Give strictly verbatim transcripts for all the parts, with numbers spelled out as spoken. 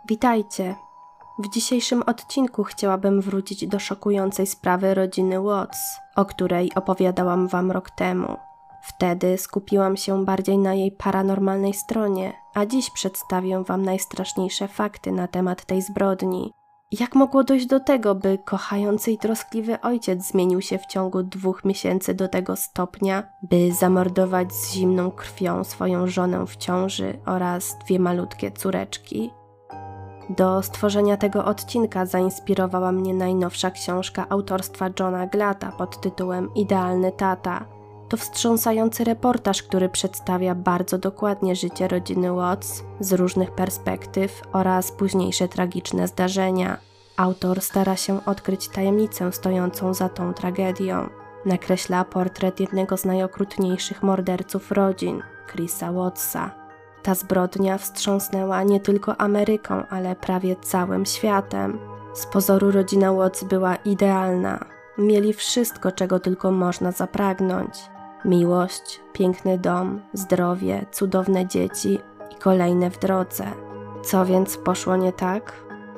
Witajcie! W dzisiejszym odcinku chciałabym wrócić do szokującej sprawy rodziny Watts, o której opowiadałam wam rok temu. Wtedy skupiłam się bardziej na jej paranormalnej stronie, a dziś przedstawię wam najstraszniejsze fakty na temat tej zbrodni. Jak mogło dojść do tego, by kochający i troskliwy ojciec zmienił się w ciągu dwóch miesięcy do tego stopnia, by zamordować z zimną krwią swoją żonę w ciąży oraz dwie malutkie córeczki? Do stworzenia tego odcinka zainspirowała mnie najnowsza książka autorstwa Johna Glatta pod tytułem Idealny tata. To wstrząsający reportaż, który przedstawia bardzo dokładnie życie rodziny Watts z różnych perspektyw oraz późniejsze tragiczne zdarzenia. Autor stara się odkryć tajemnicę stojącą za tą tragedią. Nakreśla portret jednego z najokrutniejszych morderców rodzin, Chrisa Wattsa. Ta zbrodnia wstrząsnęła nie tylko Ameryką, ale prawie całym światem. Z pozoru rodzina Watts była idealna. Mieli wszystko, czego tylko można zapragnąć. Miłość, piękny dom, zdrowie, cudowne dzieci i kolejne w drodze. Co więc poszło nie tak?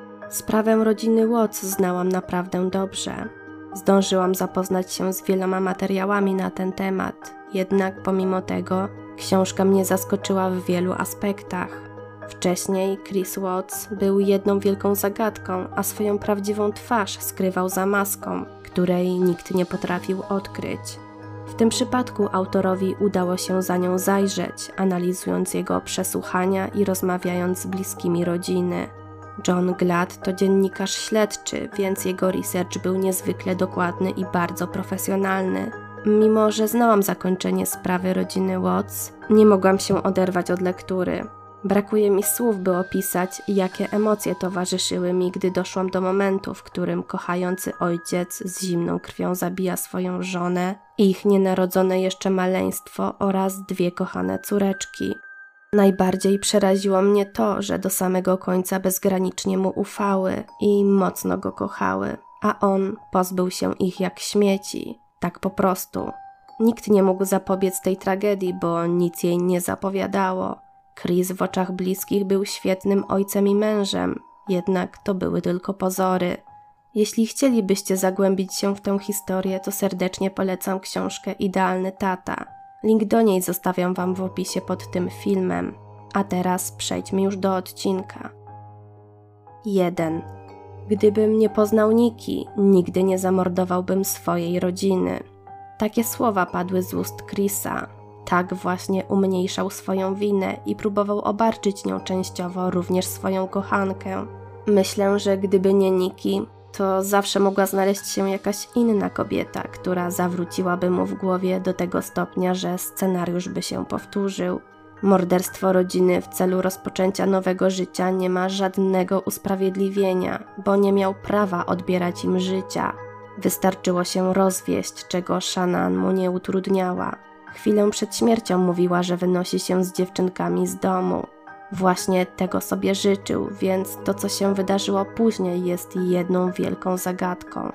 Sprawę rodziny Watts znałam naprawdę dobrze. Zdążyłam zapoznać się z wieloma materiałami na ten temat, jednak pomimo tego książka mnie zaskoczyła w wielu aspektach. Wcześniej Chris Watts był jedną wielką zagadką, a swoją prawdziwą twarz skrywał za maską, której nikt nie potrafił odkryć. W tym przypadku autorowi udało się za nią zajrzeć, analizując jego przesłuchania i rozmawiając z bliskimi rodziny. John Glatt to dziennikarz śledczy, więc jego research był niezwykle dokładny i bardzo profesjonalny. Mimo że znałam zakończenie sprawy rodziny Watts, nie mogłam się oderwać od lektury. Brakuje mi słów, by opisać, jakie emocje towarzyszyły mi, gdy doszłam do momentu, w którym kochający ojciec z zimną krwią zabija swoją żonę, ich nienarodzone jeszcze maleństwo oraz dwie kochane córeczki. Najbardziej przeraziło mnie to, że do samego końca bezgranicznie mu ufały i mocno go kochały, a on pozbył się ich jak śmieci. Tak po prostu. Nikt nie mógł zapobiec tej tragedii, bo nic jej nie zapowiadało. Chris w oczach bliskich był świetnym ojcem i mężem, jednak to były tylko pozory. Jeśli chcielibyście zagłębić się w tę historię, to serdecznie polecam książkę Idealny tata. Link do niej zostawiam wam w opisie pod tym filmem. A teraz przejdźmy już do odcinka. jeden. Gdybym nie poznał Nikki, nigdy nie zamordowałbym swojej rodziny. Takie słowa padły z ust Chrisa. Tak właśnie umniejszał swoją winę i próbował obarczyć nią częściowo również swoją kochankę. Myślę, że gdyby nie Nikki, to zawsze mogła znaleźć się jakaś inna kobieta, która zawróciłaby mu w głowie do tego stopnia, że scenariusz by się powtórzył. Morderstwo rodziny w celu rozpoczęcia nowego życia nie ma żadnego usprawiedliwienia, bo nie miał prawa odbierać im życia. Wystarczyło się rozwieść, czego Shannan mu nie utrudniała. Chwilę przed śmiercią mówiła, że wynosi się z dziewczynkami z domu. Właśnie tego sobie życzył, więc to, co się wydarzyło później, jest jedną wielką zagadką.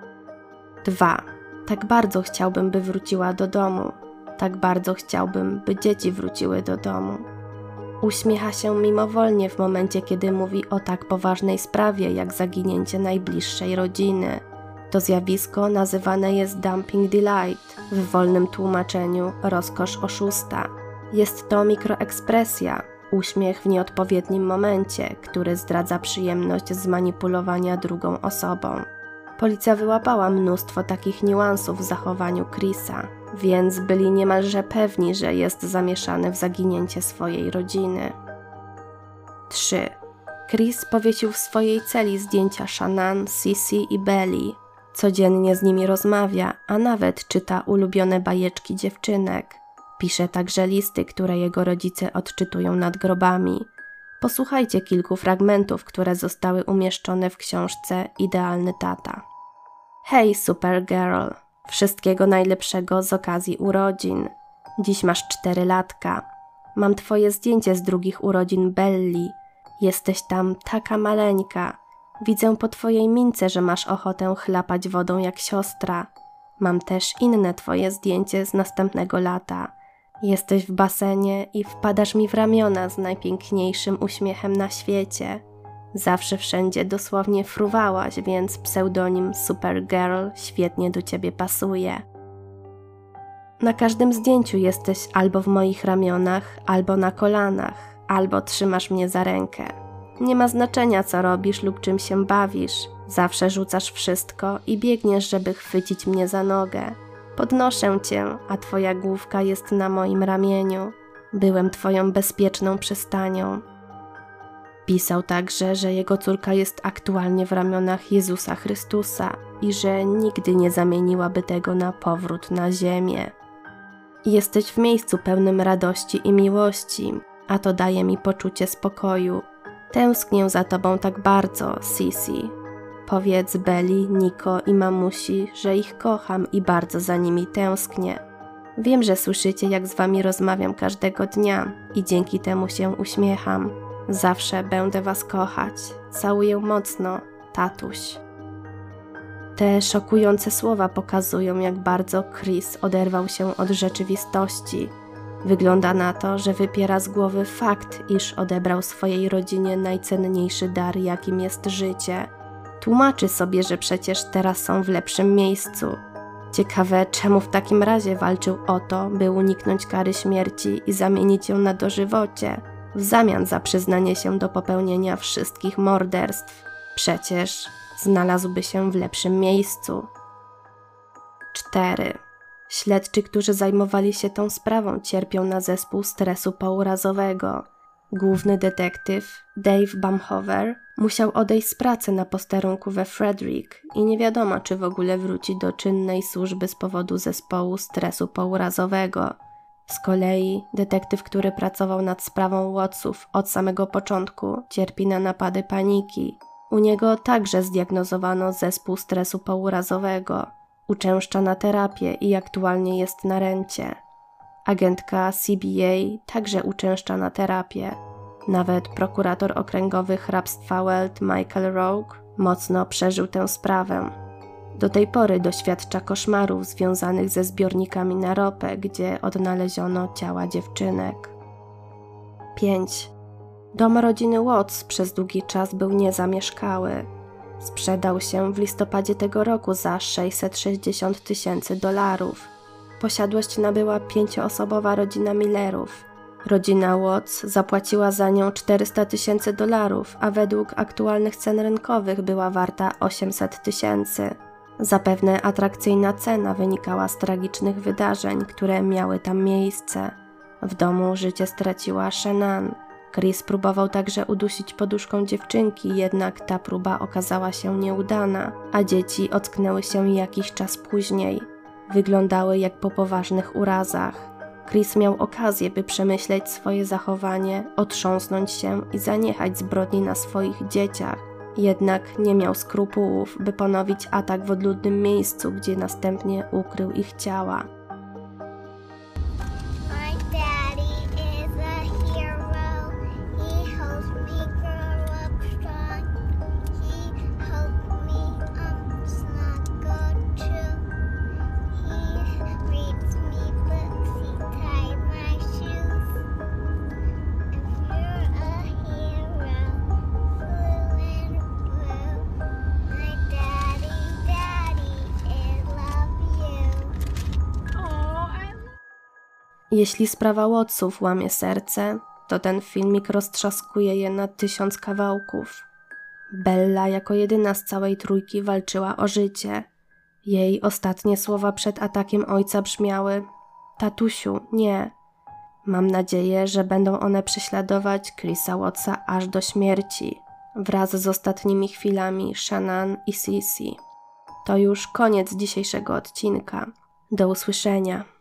dwa. Tak bardzo chciałbym, by wróciła do domu. Tak bardzo chciałbym, by dzieci wróciły do domu. Uśmiecha się mimowolnie w momencie, kiedy mówi o tak poważnej sprawie, jak zaginięcie najbliższej rodziny. To zjawisko nazywane jest dumping delight, w wolnym tłumaczeniu rozkosz oszusta. Jest to mikroekspresja, uśmiech w nieodpowiednim momencie, który zdradza przyjemność zmanipulowania drugą osobą. Policja wyłapała mnóstwo takich niuansów w zachowaniu Chrisa, więc byli niemalże pewni, że jest zamieszany w zaginięcie swojej rodziny. trzy. Chris powiesił w swojej celi zdjęcia Shannan, Sissy i Belly. Codziennie z nimi rozmawia, a nawet czyta ulubione bajeczki dziewczynek. Pisze także listy, które jego rodzice odczytują nad grobami. Posłuchajcie kilku fragmentów, które zostały umieszczone w książce Idealny tata. Hej, Supergirl! Wszystkiego najlepszego z okazji urodzin. Dziś masz cztery latka. Mam twoje zdjęcie z drugich urodzin Belli. Jesteś tam taka maleńka. Widzę po twojej mince, że masz ochotę chlapać wodą jak siostra. Mam też inne twoje zdjęcie z następnego lata. Jesteś w basenie i wpadasz mi w ramiona z najpiękniejszym uśmiechem na świecie. Zawsze wszędzie dosłownie fruwałaś, więc pseudonim Supergirl świetnie do ciebie pasuje. Na każdym zdjęciu jesteś albo w moich ramionach, albo na kolanach, albo trzymasz mnie za rękę. Nie ma znaczenia, co robisz lub czym się bawisz. Zawsze rzucasz wszystko i biegniesz, żeby chwycić mnie za nogę. Podnoszę cię, a twoja główka jest na moim ramieniu. Byłem twoją bezpieczną przystanią. Pisał także, że jego córka jest aktualnie w ramionach Jezusa Chrystusa i że nigdy nie zamieniłaby tego na powrót na ziemię. Jesteś w miejscu pełnym radości i miłości, a to daje mi poczucie spokoju. Tęsknię za tobą tak bardzo, Sisi. Powiedz Belli, Niko i mamusi, że ich kocham i bardzo za nimi tęsknię. Wiem, że słyszycie, jak z wami rozmawiam każdego dnia i dzięki temu się uśmiecham. Zawsze będę was kochać. Całuję mocno, tatuś. Te szokujące słowa pokazują, jak bardzo Chris oderwał się od rzeczywistości. Wygląda na to, że wypiera z głowy fakt, iż odebrał swojej rodzinie najcenniejszy dar, jakim jest życie. Tłumaczy sobie, że przecież teraz są w lepszym miejscu. Ciekawe, czemu w takim razie walczył o to, by uniknąć kary śmierci i zamienić ją na dożywocie, w zamian za przyznanie się do popełnienia wszystkich morderstw. Przecież znalazłby się w lepszym miejscu. cztery. Śledczy, którzy zajmowali się tą sprawą, cierpią na zespół stresu pourazowego. Główny detektyw, Dave Bamhover, musiał odejść z pracy na posterunku we Frederick i nie wiadomo, czy w ogóle wróci do czynnej służby z powodu zespołu stresu pourazowego. Z kolei detektyw, który pracował nad sprawą Wattsów od samego początku, cierpi na napady paniki. U niego także zdiagnozowano zespół stresu pourazowego. Uczęszcza na terapię i aktualnie jest na rencie. Agentka C B A także uczęszcza na terapię. Nawet prokurator okręgowy hrabstwa Weld Michael Rogue mocno przeżył tę sprawę. Do tej pory doświadcza koszmarów związanych ze zbiornikami na ropę, gdzie odnaleziono ciała dziewczynek. pięć. Dom rodziny Watts przez długi czas był niezamieszkały. Sprzedał się w listopadzie tego roku za sześćset sześćdziesiąt tysięcy dolarów. Posiadłość nabyła pięcioosobowa rodzina Millerów. Rodzina Watts zapłaciła za nią czterysta tysięcy dolarów, a według aktualnych cen rynkowych była warta osiemset tysięcy. Zapewne atrakcyjna cena wynikała z tragicznych wydarzeń, które miały tam miejsce. W domu życie straciła Shannon. Chris próbował także udusić poduszką dziewczynki, jednak ta próba okazała się nieudana, a dzieci ocknęły się jakiś czas później. Wyglądały jak po poważnych urazach. Chris miał okazję, by przemyśleć swoje zachowanie, otrząsnąć się i zaniechać zbrodni na swoich dzieciach. Jednak nie miał skrupułów, by ponowić atak w odludnym miejscu, gdzie następnie ukrył ich ciała. Jeśli sprawa Wattsów łamie serce, to ten filmik roztrzaskuje je na tysiąc kawałków. Bella jako jedyna z całej trójki walczyła o życie. Jej ostatnie słowa przed atakiem ojca brzmiały: tatusiu, nie. Mam nadzieję, że będą one prześladować Chrisa Wattsa aż do śmierci, wraz z ostatnimi chwilami Shannon i Sisi. To już koniec dzisiejszego odcinka. Do usłyszenia.